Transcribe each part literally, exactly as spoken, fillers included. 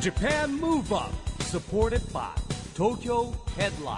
Japan Move Up supported by Tokyo Headline。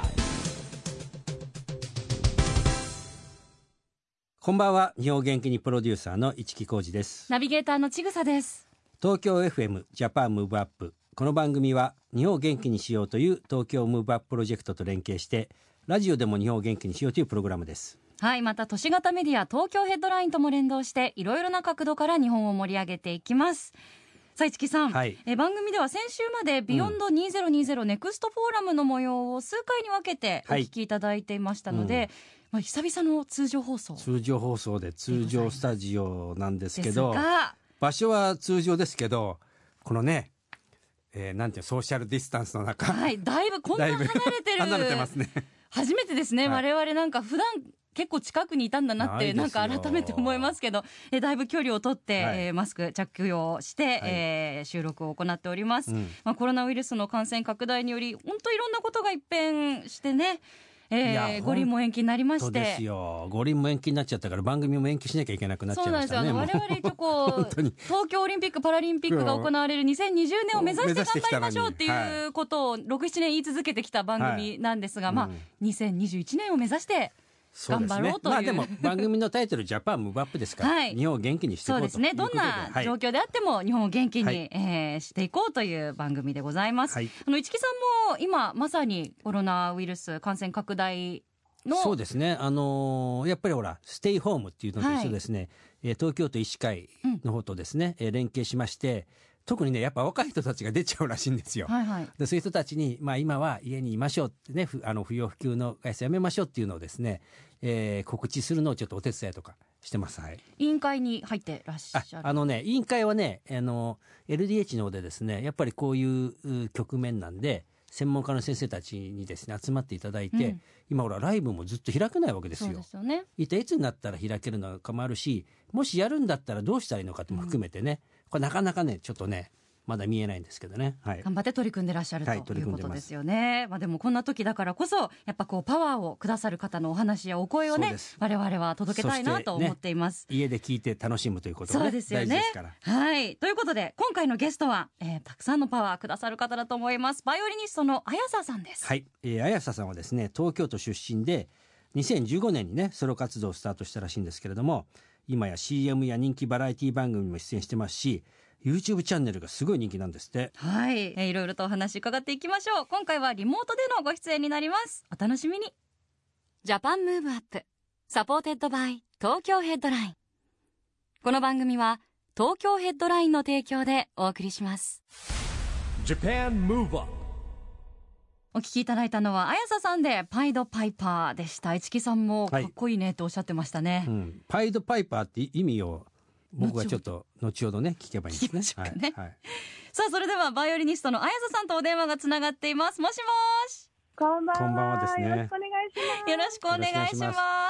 こんばんは。日本元気にプロデューサーの市木浩司です。 ナビゲーターのちぐさです。 東京 エフエム ジャパンムーブアップ。この番組は日本を元気にしようという東京ムーブアッププロジェクトと連携してラジオでも日本を元気にしようというプログラムです。 はい、また都市型メディア東京ヘッドラインとも連動していろいろな角度から日本を盛り上げていきます。さあ市木さん、はい、え番組では先週までビヨンドにせんにじゅうネクストフォーラムの模様を数回に分けてお聞きいただいていましたので、はい、うんまあ、久々の通常放送通常放送で通常スタジオなんですけど場所は通常ですけどこのね、えー、なんていうソーシャルディスタンスの中、 はい、だいぶこんな離れてる離れてますね。 初めてですね、はい、我々なんか普段結構近くにいたんだなってなんか改めて思いますけどえだいぶ距離を取って、はいえー、マスク着用して、はいえー、収録を行っております、うんまあ、コロナウイルスの感染拡大により本当いろんなことが一変してねえー、五輪も延期になりましてそうですよ五輪も延期になっちゃったから番組も延期しなきゃいけなくなっちゃいましたね。 そうなんですよ。我々一応こう東京オリンピックパラリンピックが行われるにせんにじゅうねんを目指して頑張りましょうっていうことをろく、ななねん言い続けてきた番組なんですが、はいまあうん、にせんにじゅういちねんを目指して頑張ろうという、 まあ、でも番組のタイトルジャパンムーブアップですから、はい、日本を元気にしていこうとそうですね。どんな状況であっても日本を元気に、はいえー、していこうという番組でございます、はい、あの市木さんも今まさにコロナウイルス感染拡大そうですね、あのー、やっぱりほらステイホームっていうのと一緒ですね、はい、東京都医師会の方とですね、うん、連携しまして特にねやっぱ若い人たちが出ちゃうらしいんですよ、はいはい、でそういう人たちに、まあ、今は家にいましょうってねふあの不要不急の外出やめましょうっていうのをですね、えー、告知するのをちょっとお手伝いとかしてます、はい、 委員会に入ってらっしゃるあ, あのね委員会はねあの エルディーエイチ の方でですねやっぱりこういう局面なんで専門家の先生たちにですね集まっていただいて、うん、今ほらライブもずっと開けないわけですよ。 そうですよね。 一体いつになったら開けるのかもあるしもしやるんだったらどうしたらいいのかも含めてね、うん、これなかなかねちょっとねまだ見えないんですけどね、はい、 頑張って取り組んでらっしゃると、はい、いうことですよね。まあ、でもこんな時だからこそやっぱこうパワーをくださる方のお話やお声をね我々は届けたいなと思っています、 ね、家で聞いて楽しむということが、ね、 そうですよね、 大事ですから。 はい、ということで今回のゲストは、えー、たくさんのパワーくださる方だと思います。バイオリニストの綾佐さんです。 はい、えー、綾佐さんはですね東京都出身でにせんじゅうごねんにねソロ活動をスタートしたらしいんですけれども今や シーエム や人気バラエティ番組にも出演してますしYouTube チャンネルがすごい人気なんですって。 はい、えー、いろいろとお話伺っていきましょう。今回はリモートでのご出演になります。お楽しみに。ジャパンムーブアップサポーテッドバイ東京ヘッドライン。この番組は東京ヘッドラインの提供でお送りします。 Japan Move Up。 お聞きいただいたのは綾佐さんでパイドパイパーでした。市木さんもかっこいいねとおっしゃってましたね、 はいうん、パイドパイパーって意味を僕はちょっと後ほどね聞けばいいんですね。 聞きましょうかね、 はいはい、 さあそれではバイオリニストの綾佐さんとお電話がつながっています。もしもし。 こんばんは。 こんばんはですね。 よろしくお願いします。 よろしくお願いします。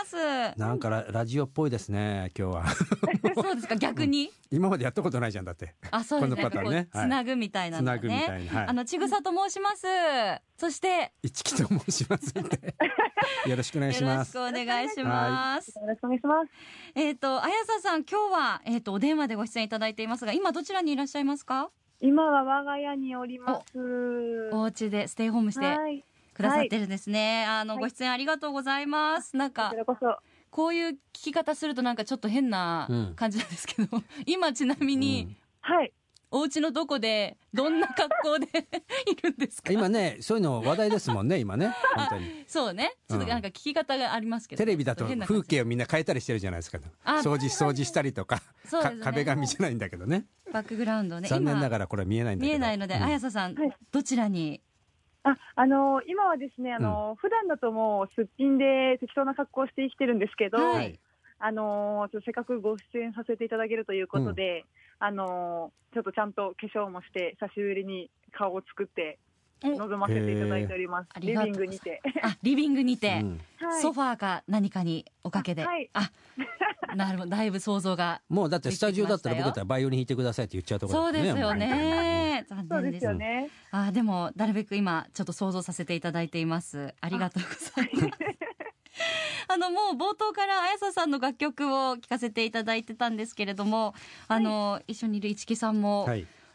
なんか ラ, ラジオっぽいですね今日は。 そうですか逆に、 うん、今までやったことないじゃんだって。 あそうですね。 このパターンね。 つなぐみたいなのね。 つなぐみたいな、はい、 あのちぐさと申します。そして市木と申しますってよろしくお願いします。 よろしくお願いします。 よろしくお願いします。 えっ、ー、と綾佐さん今日はえっ、ー、とお電話でご出演いただいていますが今どちらにいらっしゃいますか？ 今は我が家におります。 お, お家でステイホームして、はいくださってるんですね、はい、あのご出演ありがとうございます、はい、なんかこ, こういう聞き方するとなんかちょっと変な感じなんですけど、うん、今ちなみに、うんはい、 お家のどこでどんな格好でいるんですか？ 今ねそういうの話題ですもんね今ね本当にそうねちょっとなんか聞き方がありますけど、 うん、テレビだと風景をみんな変えたりしてるじゃないですか。掃除掃除したりとか、ね、壁紙じゃないんだけどねバックグラウンドね残念ながらこれは見えないんだけど見えないので、うん、綾佐さん、はい、どちらに？ あ、あのー、今はですね、あのーうん、普段だともうすっぴんで適当な格好をして生きてるんですけど、はい、あのー、ちょっとせっかくご出演させていただけるということで、うん、あのー、ちょっとちゃんと化粧もして久しぶりに顔を作って臨ませていただいております。リビングにてあリビングにて、うんはい、ソファーか何かにおかけで、 あ、はい、 あなるほどだいぶ想像がもうだってスタジオだったら僕だったらバイオリン弾いてくださいって言っちゃうところそうですよね残念ですそうですよね。 あでもなるべく今ちょっと想像させていただいています。ありがとうございますあのもう冒頭から綾佐さんの楽曲を聴かせていただいてたんですけれども、はい、あの一緒にいる市木さんも、はい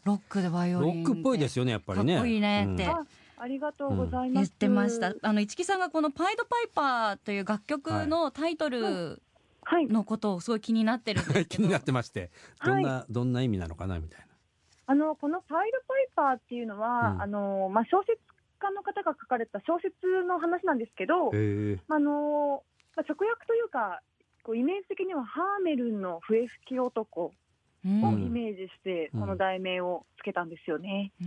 ロックでバイオリンロックっぽいですよねやっぱりね。 かっこいいねって、うん、 あ, ありがとうございます、 言ってました。あの市木さんがこのパイドパイパーという楽曲のタイトルのことをすごい気になってるんですけど、 気になってまして、どんな、 はい、 どんな意味なのかなみたいな。 あのこのパイドパイパーっていうのは、うん、あのまあ、小説家の方が書かれた小説の話なんですけど、あのまあ、直訳というかこうイメージ的にはハーメルンの笛吹き男をイメージしてこの題名をつけたんですよね。 うん、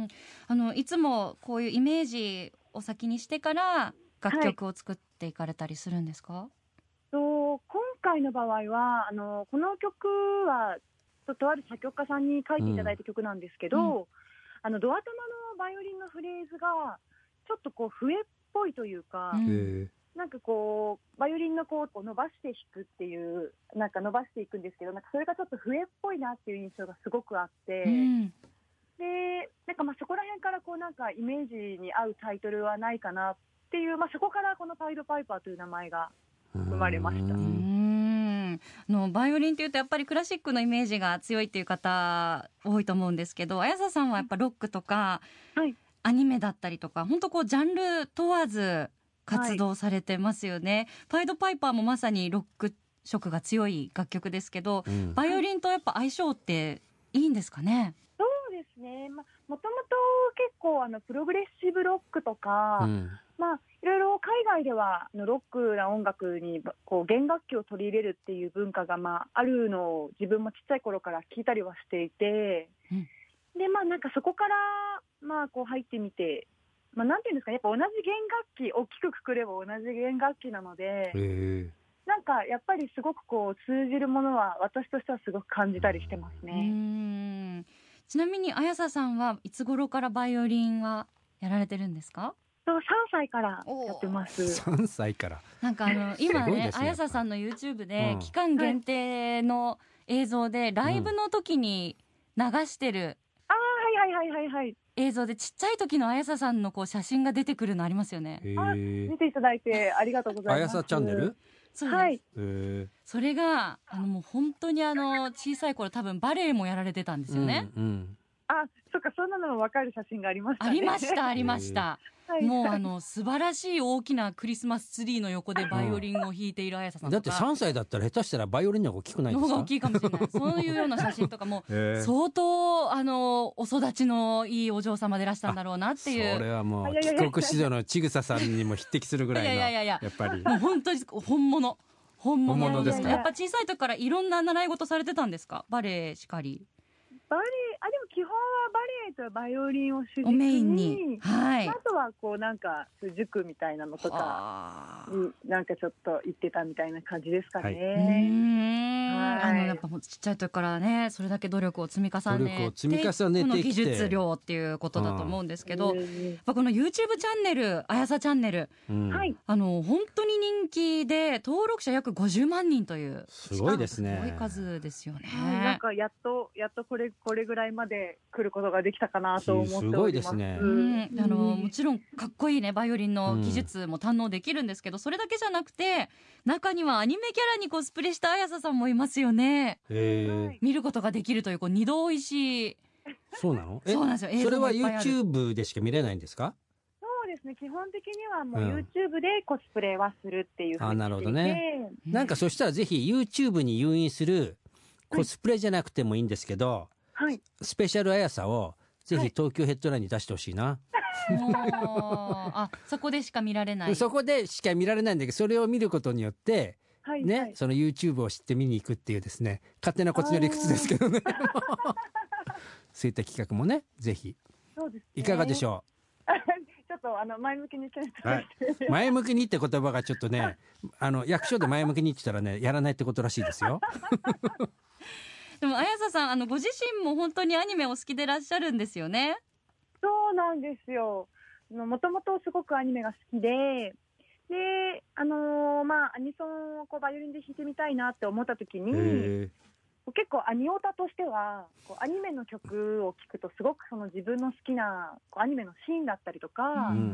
あのいつもこういうイメージを先にしてから楽曲を作っていかれたりするんですか？はい、 と今回の場合はあのこの曲はと, とある作曲家さんに書いていただいた曲なんですけど、うん、あのドア玉のバイオリンのフレーズがちょっとこう笛っぽいというか、うん、なんかこうバイオリンのこう伸ばして弾くっていうなんか伸ばしていくんですけど、なんかそれがちょっと笛っぽいなっていう印象がすごくあって、うん、でなんかまあそこら辺からこうなんかイメージに合うタイトルはないかなっていう、まあ、そこからこのパイドパイパーという名前が生まれました。 うんのバイオリンというとやっぱりクラシックのイメージが強いっていう方多いと思うんですけど、綾瀬さんはやっぱロックとか、はい、アニメだったりとか本当こうジャンル問わず活動されてますよね。はい、パイドパイパーもまさにロック色が強い楽曲ですけど、うん、バイオリンとやっぱ相性っていいんですかね？ そうですね、ま、もともと結構あのプログレッシブロックとか、うん、まあ、いろいろ海外ではロックな音楽にこう弦楽器を取り入れるっていう文化が、まあ、あるのを自分もちっちゃい頃から聞いたりはしていて、うん、でまあなんかそこから、まあ、こう入ってみて、まあ、なんていうんですかね、やっぱ同じ弦楽器大きくくくれば同じ弦楽器なので、なんかやっぱりすごくこう通じるものは私としてはすごく感じたりしてますね。 うーん、ちなみに綾瀬さんはいつ頃からバイオリンはやられてるんですか？ さんさいからやってます。 さんさいからなんかあの今ね綾瀬さんの YouTube で期間限定の映像でライブの時に流してる、 ああはいはいはいはいはい映像でちっちゃい時の綾瀬さんのこう写真が出てくるのありますよね。 あ、見ていただいてありがとうございます。 綾瀬チャンネル、 そうです、はい、それがあのもう本当にあの小さい頃多分バレエもやられてたんですよね。 うんうん、あ、そっか、そんなの分かる写真がありましたね。 ありましたありましたもうあの素晴らしい大きなクリスマスツリーの横でバイオリンを弾いている綾瀬さんとか、 だってさんさいだったら下手したらバイオリンの方が大きくないですか？ の方が大きいかもしれないそういうような写真とかも相当あのお育ちのいいお嬢様でいらしたんだろうなっていう。 それはもう帰国子女のちぐささんにも匹敵するぐらいのいやいやいややっぱりもう本当に本物本物本物ですか？ やっぱ小さい時からいろんな習い事されてたんですか？バレエしかり。 バレエ、あ、でも基本はバレエとバイオリンを主軸にメインに、はい、 あとはこうなんか塾みたいなのとかになんかちょっと行ってたみたいな感じですかね。はい、うーん、はい、あのやっぱもうちっちゃい時からねそれだけ努力を積み重ねて、努力を積み重ねてこの技術量っていうことだと思うんですけど、やっぱこの YouTube チャンネルあやさチャンネル、うん、あの本当に人気で登録者約ごじゅうまんにんというすごいですね。 すごい数ですよね。 なんかやっとやっとこれこれぐらいまで来ることができたかなと思っております。 すごいですね。 うん、あのもちろんかっこいいねバイオリンの技術も堪能できるんですけど、うん、それだけじゃなくて中にはアニメキャラにコスプレした綾瀬さんもいますよね。へ、見ることができるというこう二度おいしい。 そうなの？ そうなんですよ。 それは YouTube でしか見れないんですか？ そうですね、基本的にはもう YouTube でコスプレはするっていうふうにしていて、うん、あ、 なるほどね。なんかそしたらぜひ YouTube に誘引するコスプレじゃなくてもいいんですけど、はい、スペシャルあやさをぜひ東京ヘッドラインに出してほしいな。はい、 あ、そこでしか見られない。 そこでしか見られないんだけど、それを見ることによって、はいね、はい、その YouTube を知って見に行くっていうですね、勝手なこっちの理屈ですけどね。そういった企画もね、ぜひ。そうですね、いかがでしょう。 ちょっとあの前向きに、 はい、前向きにって言葉がちょっとね、あの役所で前向きにって言ったらね、やらないってことらしいですよ。 でも綾瀬さん、あのご自身も本当にアニメお好きでいらっしゃるんですよね。 そうなんですよ。もともとすごくアニメが好きで、で、あのー、まあアニソンをこうバイオリンで弾いてみたいなって思った時に、結構アニオタとしてはこうアニメの曲を聴くとすごくその自分の好きなこうアニメのシーンだったりとか、うん、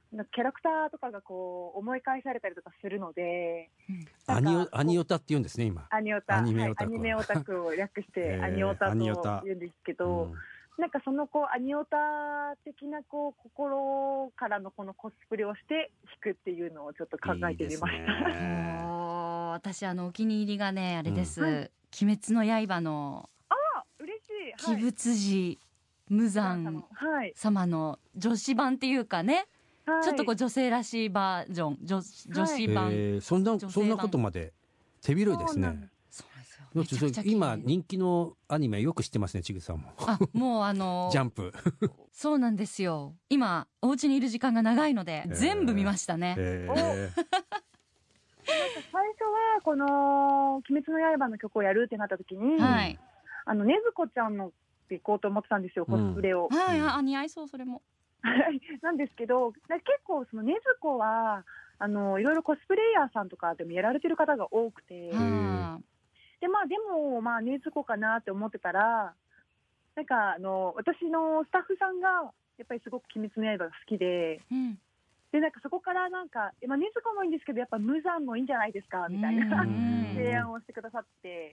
キャラクターとかがこう思い返されたりとかするので、 うん、アニオアニオタって言うんですね今。 アニオタ、 アニメオタク、 はい、アニメオタクを略してアニオタと言うんですけど、うん、なんかそのこうアニオタ的なこう心からのこのコスプレをして弾くっていうのをちょっと考えてみました。いいですね。 私あのお気に入りがねあれです、うん、鬼滅の刃のあ嬉しい、 鬼仏寺無惨様の女子版っていうかね、はい、ちょっとこう女性らしいバージョン 女, 女子版、はい、えー、そんなそんなことまで手広いですね。そうですよ。今人気のアニメよく知ってますね、ちぐさんも。 あ、もうあのー、 ジャンプそうなんですよ。今お家にいる時間が長いので、えー、全部見ましたね。 えー最初はこの「鬼滅の刃」の曲をやるってなった時に、はい、あのねずこちゃんのって行こうと思ってたんですよ、コスプレを、 うん、はい、あ、似合いそうそれもなんですけど、結構そのねずこはあのいろいろコスプレイヤーさんとかでもやられてる方が多くて、でまあでもまあねずこかなって思ってたら、なんかあの私のスタッフさんがやっぱりすごく「鬼滅の刃」が好きで、うんでなんかそこからなんか、まあ、ねずこもいいんですけどやっぱ無惨もいいんじゃないですかみたいな提案をしてくださって、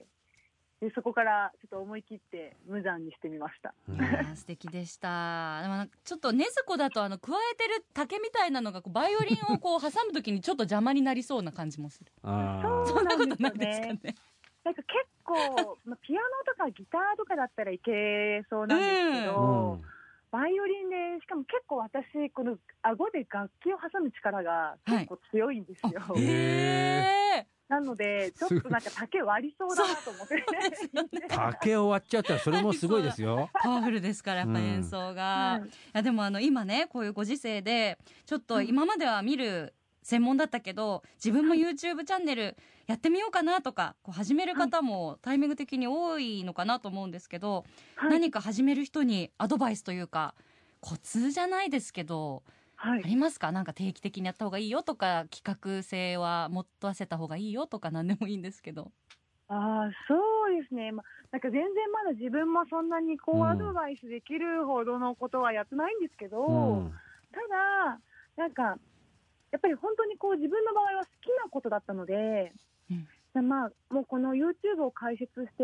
でそこからちょっと思い切って無惨にしてみました。 いや素敵でした。でもちょっとねずこだとあの加えてる竹みたいなのがこうバイオリンをこう挟むときにちょっと邪魔になりそうな感じもする。 あそんなことないですかね。 なんか結構、まあ、ピアノとかギターとかだったらいけそうなんですけど、うんバイオリンで、しかも結構私この顎で楽器を挟む力が結構強いんですよ、はい、へーなのでちょっとなんか竹割りそうだなと思って竹を割っちゃったらそれもすごいですよパワフルですからやっぱ演奏が、うん、いやでもあの今ねこういうご時世でちょっと今までは見る専門だったけど自分も YouTube チャンネルやってみようかなとかこう始める方もタイミング的に多いのかなと思うんですけど、はい、何か始める人にアドバイスというかコツじゃないですけど、はい、ありますか？なんか定期的にやった方がいいよとか企画性は持たせた方がいいよとか何でもいいんですけど。 あそうですね、ま、なんか全然まだ自分もそんなにこう、うん、アドバイスできるほどのことはやってないんですけど、うん、ただなんかやっぱり本当にこう自分の場合は好きなことだったので、うん、まあ、もうこの YouTube を開設して、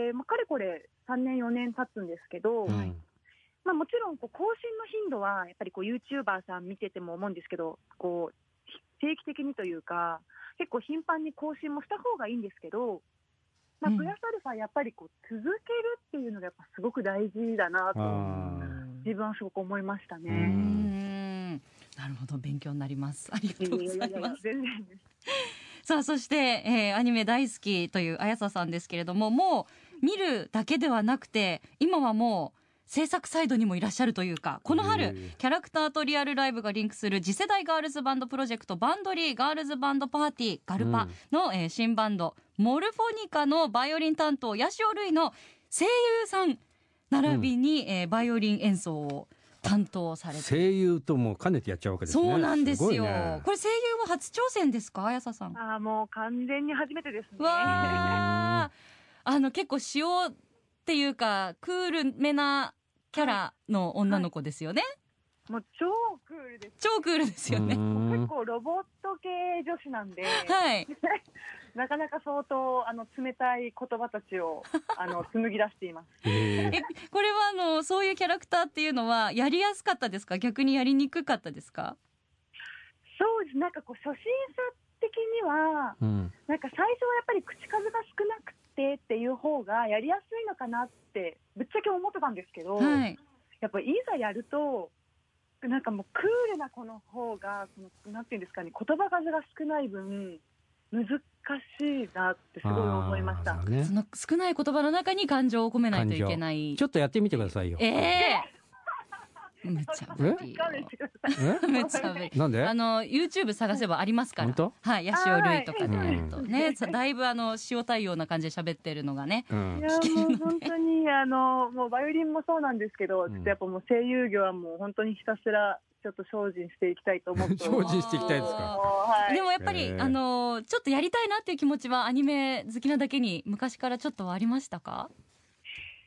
まあ、かれこれさんねんよねん経つんですけど、うんまあ、もちろんこう更新の頻度はやっぱりこう YouTuber さん見てても思うんですけどこう定期的にというか結構頻繁に更新もした方がいいんですけど、まあ、プラスアルファやっぱりこう続けるっていうのがやっぱすごく大事だなと自分はすごく思いましたね。 うんなるほど勉強になります。ありがとうございます。さあそして、えー、アニメ大好きという綾瀬さんですけれどももう見るだけではなくて今はもう制作サイドにもいらっしゃるというかこの春キャラクターとリアルライブがリンクする次世代ガールズバンドプロジェクトバンドリーガールズバンドパーティーガルパの、うんえー、新バンドモルフォニカのバイオリン担当ヤシオルイの声優さん並びに、うんえー、バイオリン演奏を担当されて声優とも兼ねてやっちゃうわけですね。 そうなんですよ。すね、これ声優は初挑戦ですか綾瀬さん？ あもう完全に初めてですね。 わあの結構塩っていうかクールめなキャラの女の子ですよね。 はい、もう超クールです。 超クールですよね。 結構ロボット系女子なんで、はい、なかなか相当あの冷たい言葉たちをあの紡ぎ出しています。 えこれはあのそういうキャラクターっていうのはやりやすかったですか？逆にやりにくかったですか？ そうですなんかこう初心者的には、うん、なんか最初はやっぱり口数が少なくてっていう方がやりやすいのかなってぶっちゃけ思ってたんですけど、はい、やっぱいざやるとなんかもうクールな子の方がそのなんていうんですかね言葉数が少ない分難しいなってすごい思いました。 ね、その少ない言葉の中に感情を込めないといけない。 ちょっとやってみてくださいよ。 ええーめっちゃ無理めっちゃ無理なんであの YouTube 探せばありますから、はい、ヤシオルイとかでやるとね、うん、だいぶあの塩対応な感じで喋ってるのがね、 うん、いやもう本当にあのもうバイオリンもそうなんですけど、うん、ちょっとやっぱもう声優業はもう本当にひたすらちょっと精進していきたいと思って精進していきたいですか、 はい、でもやっぱりあのちょっとやりたいなっていう気持ちはアニメ好きなだけに昔からちょっとはありましたか？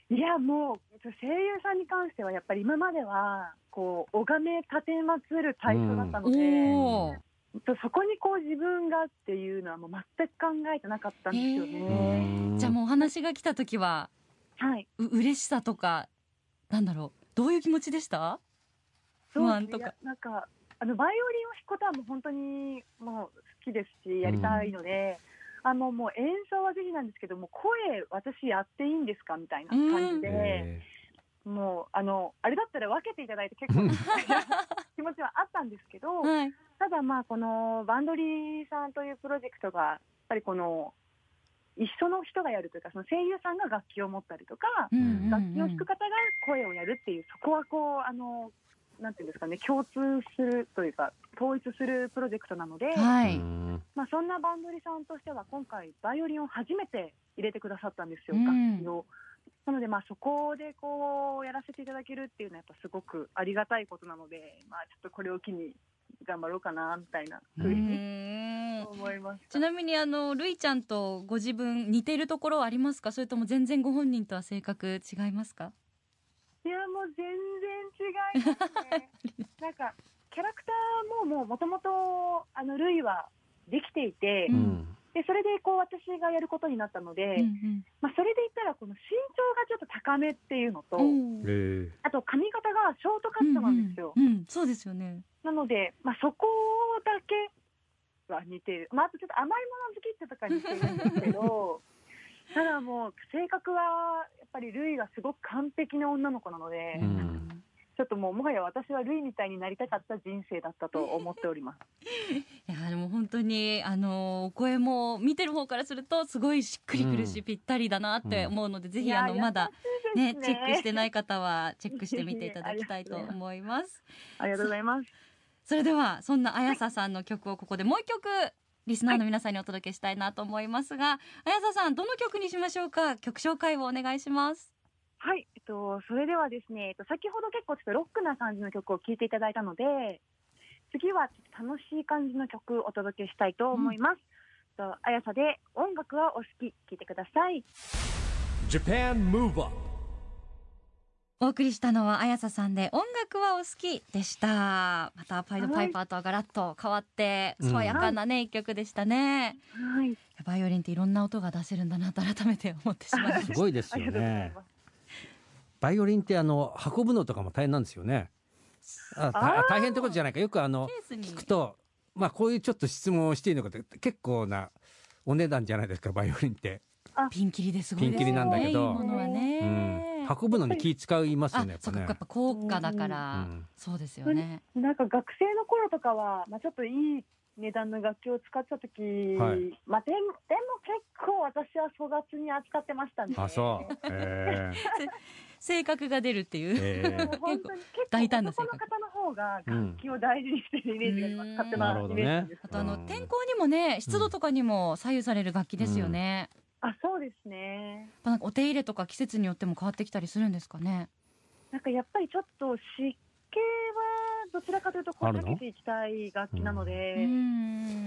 いやもう声優さんに関してはやっぱり今まではこう拝め立てまつる対象だったので、うん、そこにこう自分がっていうのはもう全く考えてなかったんですよね。 じゃあもうお話が来た時は、はい、う嬉しさとかなんだろう、どういう気持ちでした？不安とか。 なんかあのバイオリンを弾くことはもう本当にもう好きですしやりたいので、うん、あのもう演奏はぜひなんですけども、声私やっていいんですかみたいな感じで、うん、もうあのあれだったら分けていただいて結構気持ちはあったんですけど、はい、ただまあこのバンドリーさんというプロジェクトがやっぱりこの一緒の人がやるというか、その声優さんが楽器を持ったりとか、うんうんうん、楽器を弾く方が声をやるっていう、そこはこうあのなんていうんですかね、共通するというか統一するプロジェクトなので、はい、まあ、そんなバンドリさんとしては今回バイオリンを初めて入れてくださったんですよ、うん、楽器を。なのでまあそこでこうやらせていただけるっていうのはやっぱすごくありがたいことなので、まあ、ちょっとこれを機に頑張ろうかなみたいなふうに思いました。 ちなみにあのルイちゃんとご自分似ているところはありますか？それとも全然ご本人とは性格違いますか？ いやもう全然違いますねなんかキャラクターももともとルイはできていて、うん、でそれでこう私がやることになったので、うんうん、まあ、それで言ったらこの身長がちょっと高めっていうのと、うん、あと髪型がショートカットなんですよ、 うんうんうん、そうですよね。 なので、まあ、そこだけは似てる、まあ、あとちょっと甘いもの好きってとか似てるんですけどただもう性格はやっぱりルイがすごく完璧な女の子なので、うん、ちょっともうもはや私はルイみたいになりたかった人生だったと思っておりますいやでも本当にあのお声も見てる方からするとすごいしっくりくるし、うん、ぴったりだなって思うので、ぜひあのまだ、ね、チェックしてない方はチェックしてみていただきたいと思いますありがとうございます。 それではそんな綾瀬さんの曲をここでもう一曲リスナーの皆さんにお届けしたいなと思いますが、はい、綾瀬さんどの曲にしましょうか？曲紹介をお願いします。 はい、えっと、それではですね、えっと、先ほど結構ちょっとロックな感じの曲を聴いていただいたので、次はちょっと楽しい感じの曲をお届けしたいと思います。うん、綾瀬で音楽はお好き、聴いてください。 Japan Move Up。 お送りしたのは綾瀬さんで音楽はお好きでした。またパイドパイパーとはガラッと変わって爽やかなね、うん、一曲でしたね。はい、バイオリンっていろんな音が出せるんだなと改めて思ってしまいました。 すごいですよね。バイオリンってあの運ぶのとかも大変なんですよね。ああ大変ってことじゃないか。よくあの聞くと、まあこういうちょっと質問をしていいのかって結構なお値段じゃないですか、バイオリンって。 ピンキリですごいですよね。 ピンキリなんだけど、 いいものはね、 うん、運ぶのに気使いますよね。やっぱね。 やっぱ高価だから、うん、そうですよね。 なんか学生の頃とかは、まあ、ちょっといい値段の楽器を使った時、はい、まあ、で, でも結構私は粗雑に扱ってましたね。 あ、そう、えー、 性格が出るっていう、 えー、本当に結構男の方の方が楽器を大事にしてるイメージがあります、うん、勝手なイメージなんですけど、 あとあの天候にもね、湿度とかにも左右される楽器ですよね。 うん、あ、そうですね。 なんかお手入れとか季節によっても変わってきたりするんですかね。 なんかやっぱりちょっと湿気はどちらかというとこう避けていきたい楽器なので、うん、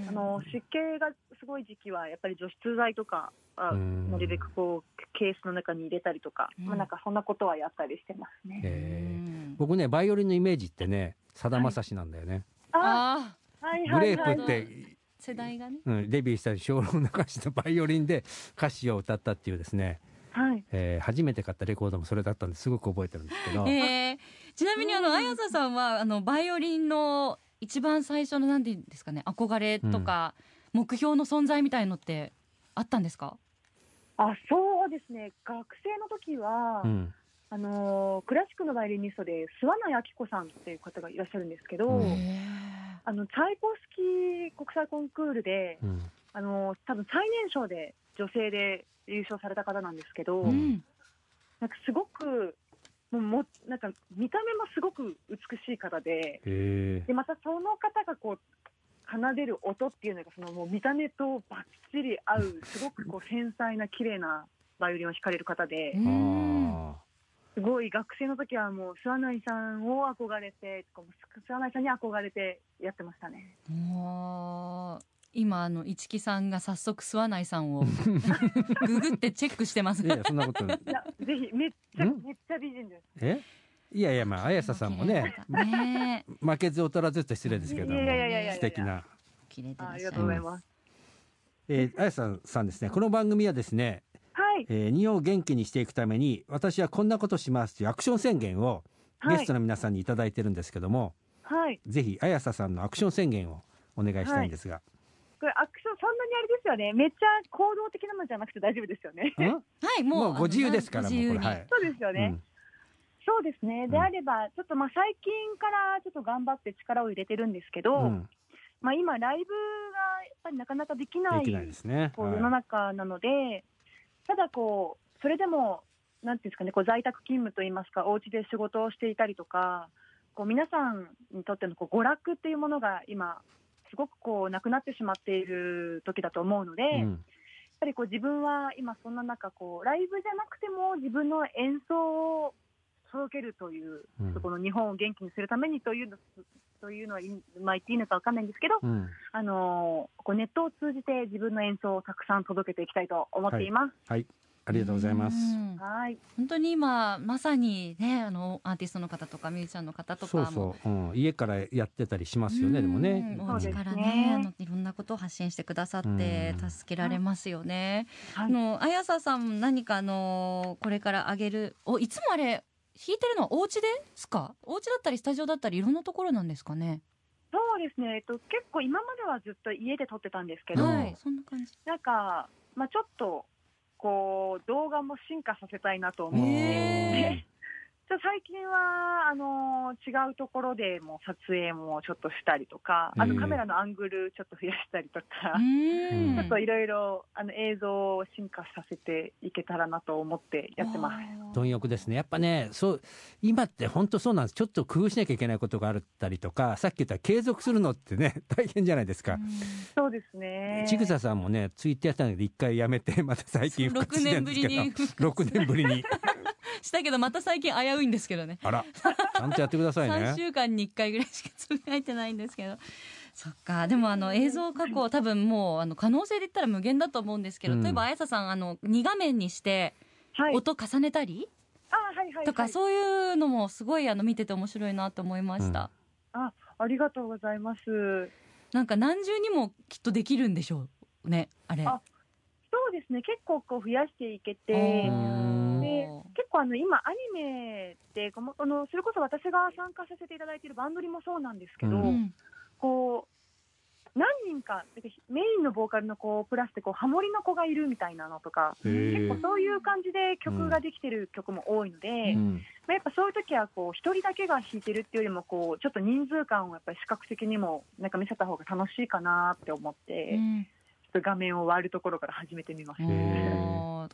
あの湿気がすごい時期はやっぱり除湿剤とかあなるべくこうケースの中に入れたりとか、うん、まあ、なんかそんなことはやったりしてますね。 えー、僕ねバイオリンのイメージってねさだまさしなんだよね。 はい、あ、はいはいはい、 グレープって世代がね、 うん、デビューした小老の歌手のバイオリンで歌詞を歌ったっていうですね、はい、えー、初めて買ったレコードもそれだったんですごく覚えてるんですけど、 えー、ちなみにあの綾瀬さんはあのバイオリンの一番最初の何て言うんですかね、憧れとか、うん、目標の存在みたいのってあったんですか？ あ、そうですね、学生の時は、うん、あのクラシックのバイオリニストで諏訪内明子さんっていう方がいらっしゃるんですけど、うん、あのチャイコフスキー国際コンクールで、うん、あの多分最年少で女性で優勝された方なんですけど、うん、なんかすごくもうもなんか見た目もすごく美しい方で、でまたその方がこう奏でる音っていうのがそのもう見た目とバッチリ合うすごくこう繊細な綺麗なバイオリンを弾かれる方で、すごい学生の時はもう諏訪内さんを憧れて諏訪内さんに憧れてやってましたね。 もう今あの市木さんが早速諏訪内さんをググってチェックしてますね。 いやそんなことない。 いやぜぜひめっちゃめっちゃ美人です。 えいやいや、まあ綾瀬さんもねね負けず劣らずと失礼ですけども、いやいやいやいや素敵な綺麗でいらっしゃいます。 ありがとうございます。 えー、綾瀬さんですね、この番組はですね、はいえー、日本を元気にしていくために私はこんなことしますというアクション宣言をゲストの皆さんにいただいてるんですけども、はい、ぜひ綾瀬さんのアクション宣言をお願いしたいんですが、はい、 これアクションそんなにあれですよね、めっちゃ行動的なのじゃなくて大丈夫ですよね。 はいもう、 もうご自由ですから、もうこれ、はい、 そうですよね、うん、そうですね。であればちょっとまあ最近からちょっと頑張って力を入れてるんですけど、うんまあ、今ライブがやっぱりなかなかできない、できないですね、こう世の中なので、はい、ただこうそれでもなんていうんですかね、こう在宅勤務といいますか、お家で仕事をしていたりとか、こう皆さんにとってのこう娯楽っていうものが今すごくこうなくなってしまっている時だと思うので、うん、やっぱりこう自分は今そんな中こうライブじゃなくても自分の演奏を届けるという、うん、この日本を元気にするためにというのというのは、まあ、言っていいのか分かんないんですけど、うん、あのこうネットを通じて自分の演奏をたくさん届けていきたいと思っています。 はい、はい、ありがとうございます。 はい、本当に今まさにね、あのアーティストの方とかミュージシャンの方とかもそうそう、うん、家からやってたりしますよね。でもね、 お家からね、あのいろんなことを発信してくださって助けられますよね。はい、あの綾瀬さん何かあのこれからあげるおいつもあれ弾いてるのはお家ですか？お家だったりスタジオだったりいろんなところなんですかね。 そうですね、えっと、結構今まではずっと家で撮ってたんですけど、 はい、そんな感じ。 なんか、まあ、ちょっとこう動画も進化させたいなと思って、最近はあの違うところでも撮影もちょっとしたりとか、あのカメラのアングルちょっと増やしたりとか、ちょっといろいろ映像を進化させていけたらなと思ってやってます。 貪欲ですね。やっぱね、そう今って本当そうなんです。ちょっと工夫しなきゃいけないことがあったりとか、さっき言った継続するのってね大変じゃないですか。 そうですね。 ちぐささんもねツイッターやったんだけど一回やめてまた最近復活してるんですけど、ろくねんぶりにしたけどまた最近危ういんですけどね。 あら、ちゃんとやってくださいね。 さんしゅうかんにいっかいぐらいしかつぶやいてないんですけど、そっか。でもあの映像加工多分もうあの可能性で言ったら無限だと思うんですけど、うん、例えば綾瀬さんあのに画面にして音重ねたり、はい、とかそういうのもすごいあの見てて面白いなと思いました。 うん、あ、ありがとうございます。 なんか何重にもきっとできるんでしょうね、あれ。 あ、そうですね、結構こう増やしていけて、で結構あの今アニメってあのそれこそ私が参加させていただいているバンドリもそうなんですけど、うん、こう何人かメインのボーカルの子プラスでこうハモリの子がいるみたいなのとか、結構そういう感じで曲ができてる曲も多いので、うんまあ、やっぱそういう時はこう一人だけが弾いてるっていうよりもこうちょっと人数感をやっぱり視覚的にもなんか見せた方が楽しいかなって思って、うん画面を割るところから始めてみました。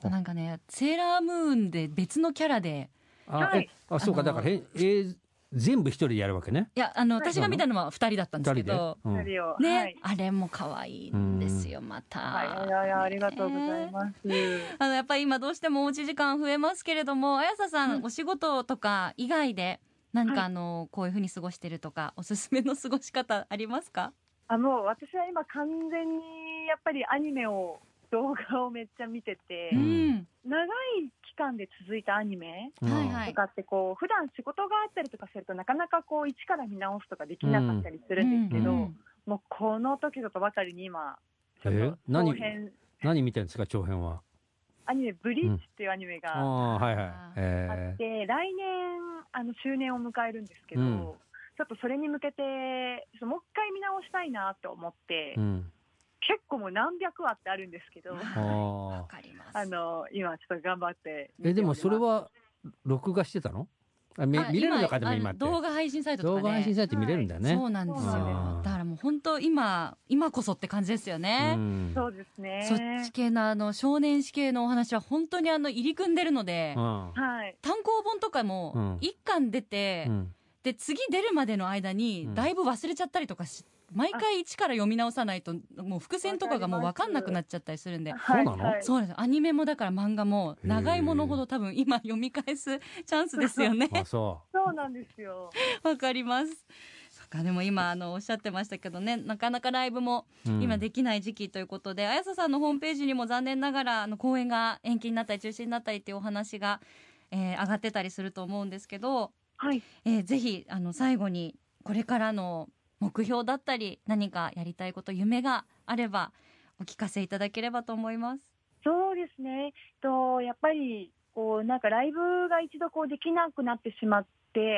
なんかね、セーラームーンで別のキャラで、 あ、はい、あそうか、だからへ、えー、全部一人でやるわけね。 いや、あの私が見たのは二人だったんですけど、 うん、ね、 はい、あれも可愛いんですよ、また。 はい、いやいやありがとうございます。 あのやっぱり今どうしてもおうち時間増えますけれども、綾瀬さん、うん、お仕事とか以外で何かあの、はい、こういうふうに過ごしてるとかおすすめの過ごし方ありますか？ あもう私は今完全にやっぱりアニメを動画をめっちゃ見てて、うん、長い期間で続いたアニメとかってこう普段仕事があったりとかするとなかなかこう一から見直すとかできなかったりするんですけど、うんうん、もうこの時ぞとばかりに今ちょっと長編、 えー、何見てるんですか？長編はアニメブリーチっていうアニメがあって、うんはいはいえー、来年あの周年を迎えるんですけど、うんちょっとそれに向けてもう一回見直したいなと思って、うん、結構もう何百話ってあるんですけどわかります。 あの今ちょっと頑張ってえでもそれは録画してたの？あ見れるのかでも今って動画配信サイトとかで、 動画配信サイト見れるんだね、はい、 そうなんですよ。だからもう本当今今こそって感じですよね、うん、 そうですね。 そっち系のあの少年誌系のお話は本当にあの入り組んでるので、うん、単行本とかも一巻出て、うんで次出るまでの間にだいぶ忘れちゃったりとかし、うん、毎回一から読み直さないともう伏線とかがもう分かんなくなっちゃったりするんで。 そうなの？ そうです。アニメもだから漫画も長いものほど多分今読み返すチャンスですよね。 あそうそうなんですよ。 わかります。そでも今あのおっしゃってましたけどね、なかなかライブも今できない時期ということで、うん、綾瀬さんのホームページにも残念ながらあの公演が延期になったり中止になったりっていうお話が、えー、上がってたりすると思うんですけど、 はい、 えー、ぜひあの最後にこれからの目標だったり何かやりたいこと、夢があればお聞かせいただければと思います。 そうですね、とやっぱりこうなんかライブが一度こうできなくなってしまって、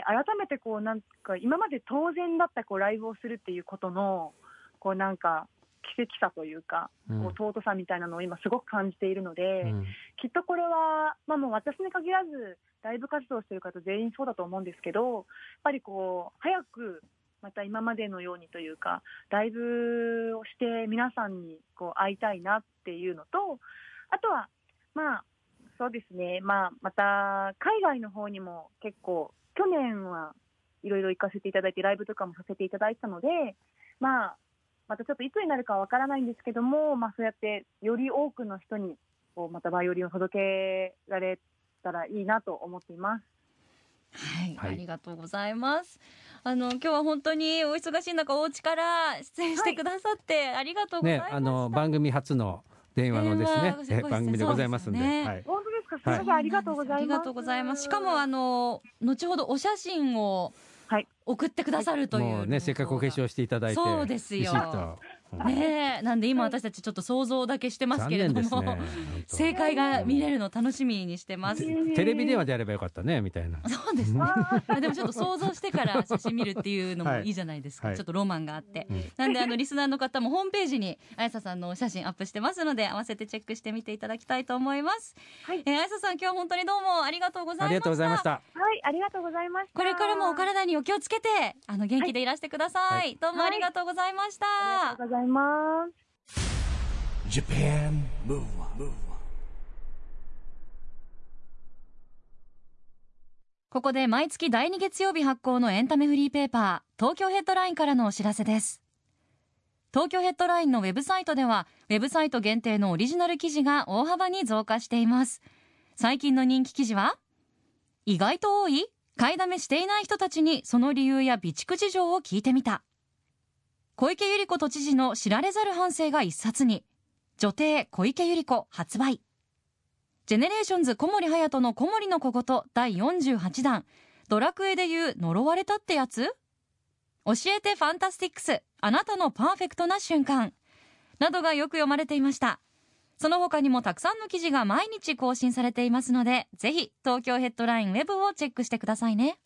改めてこうなんか今まで当然だったこうライブをするっていうことのこうなんか奇跡さというか、うん、こう尊さみたいなのを今すごく感じているので、うん、きっとこれは、まあ、もう私に限らずライブ活動している方全員そうだと思うんですけど、やっぱりこう早くまた今までのようにというかライブをして皆さんにこう会いたいなっていうのと、あとはまあそうですね、まあ、また海外の方にも結構去年はいろいろ行かせていただいてライブとかもさせていただいたので、まあ、またちょっといつになるかわからないんですけども、まあ、そうやってより多くの人にこうまたバイオリンを届けられたらいいなと思っています。 はい、はい、ありがとうございます。あの今日は本当にお忙しい中お家から出演してくださってありがとうございました、ね、あの番組初の電話のですね、え番組でございますんで、 ね、はい、本当ですか、すみません、はい、ありがとうございます。ありがとうございます。 しかもあの後ほどお写真を送ってくださるという、はい、 もうね、せっかくお化粧していただいて、 そうですよね、なんで今私たちちょっと想像だけしてますけれども、ね、正解が見れるの楽しみにしてます。 テレビ電話でやればよかったねみたいな。 そうですねでもちょっと想像してから写真見るっていうのもいいじゃないですか、はい、ちょっとロマンがあって、はい、なんであのリスナーの方もホームページにあやささんのお写真アップしてますので合わせてチェックしてみていただきたいと思います、はい。えー、あやささん今日は本当にどうもありがとうございました。 ありがとうございました。 はい、ありがとうございました。 これからもお体にお気をつけてあの元気でいらしてください、はい、どうもありがとうございました、 はい、ありがとうございます。 Japan Move Up。 ここで毎月だいに月曜日発行のエンタメフリーペーパー東京ヘッドラインからのお知らせです。東京ヘッドラインのウェブサイトではウェブサイト限定のオリジナル記事が大幅に増加しています。最近の人気記事は意外と多い買いだめしていない人たちにその理由や備蓄事情を聞いてみた。小池百合子都知事の知られざる半生が一冊に。女帝小池百合子発売。ジェネレーションズ小森隼人の小森の小言だいよんじゅうはちだん。ドラクエでいう呪われたってやつ？教えてファンタスティックス、あなたのパーフェクトな瞬間などがよく読まれていました。その他にもたくさんの記事が毎日更新されていますので、ぜひ東京ヘッドラインウェブをチェックしてくださいね。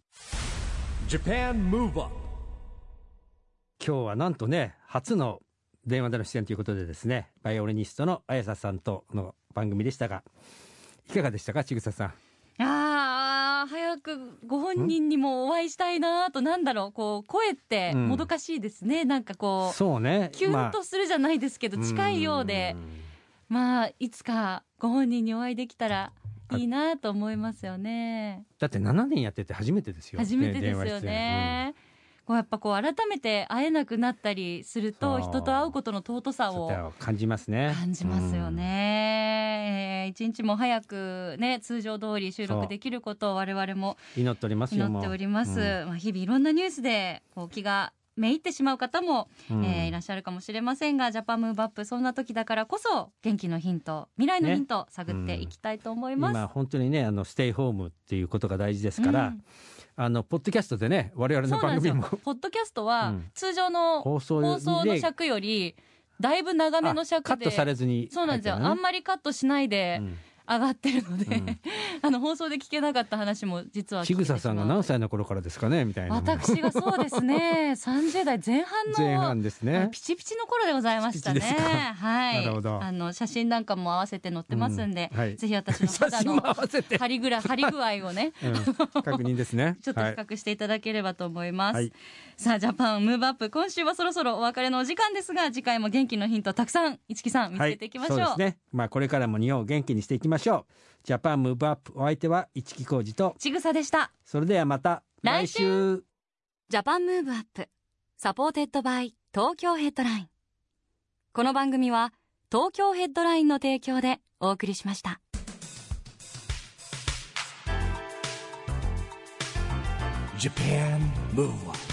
Japan Move Up。 今日はなんとね、初の電話での出演ということでですね、バイオリニストの綾瀬さんとの番組でしたが、いかがでしたか、ちぐささん。 あー、早くご本人にもお会いしたいなと、なんだろう、こう声ってもどかしいですね、うん、なんかこう、 そうね、 キュンとするじゃないですけど、まあ、近いようで、まあいつかご本人にお会いできたらいいなと思いますよね。 だってななねんやってて初めてですよ。 初めてですよね。こうやっぱこう改めて会えなくなったりすると、人と会うことの尊さを感じますね。 感じますよね。うん、えー、一日も早くね、通常通り収録できることを我々も祈っておりますよ。 祈っております。うん、まあ日々いろんなニュースでこう気がめいってしまう方も、うん、えー、いらっしゃるかもしれませんが、ジャパンムーブアップ、そんな時だからこそ元気のヒント、未来のヒントを探っていきたいと思います、 ね、うん、今本当にね、あのステイホームっていうことが大事ですから、うん、あのポッドキャストでね、我々の番組もポッドキャストは通常の放送の尺よりだいぶ長めの尺でカットされずに、 そうなんですよ、あんまりカットしないで、うん、上がってるので、うん、あの放送で聞けなかった話も実は聞けてしまう。 ちぐささんが何歳の頃からですかねみたいな。 私がそうですねさんじゅうだいぜん半の前半ですね、 ピチピチの頃でございましたね。 ピチピチですか。 はい、 なるほど。 あの写真なんかも合わせて載ってますんで、 うん、はい、 ぜひ私の肌の張りぐら張り具合をね、うん、 確認ですねちょっと比較していただければと思います、はい、さあジャパンムーブアップ、今週はそろそろお別れのお時間ですが、次回も元気のヒントたくさん市木さん見つけていきましょう、 はい、そうですね、まあ、これからも日本を元気にしていきましょう。ジャパンムーブアップ、お相手は市木浩二とちぐさでした。 それではまた来週。 ジャパンムーブアップ、サポーテッドバイ東京ヘッドライン。この番組は東京ヘッドラインの提供でお送りしました。 Japan Move Up。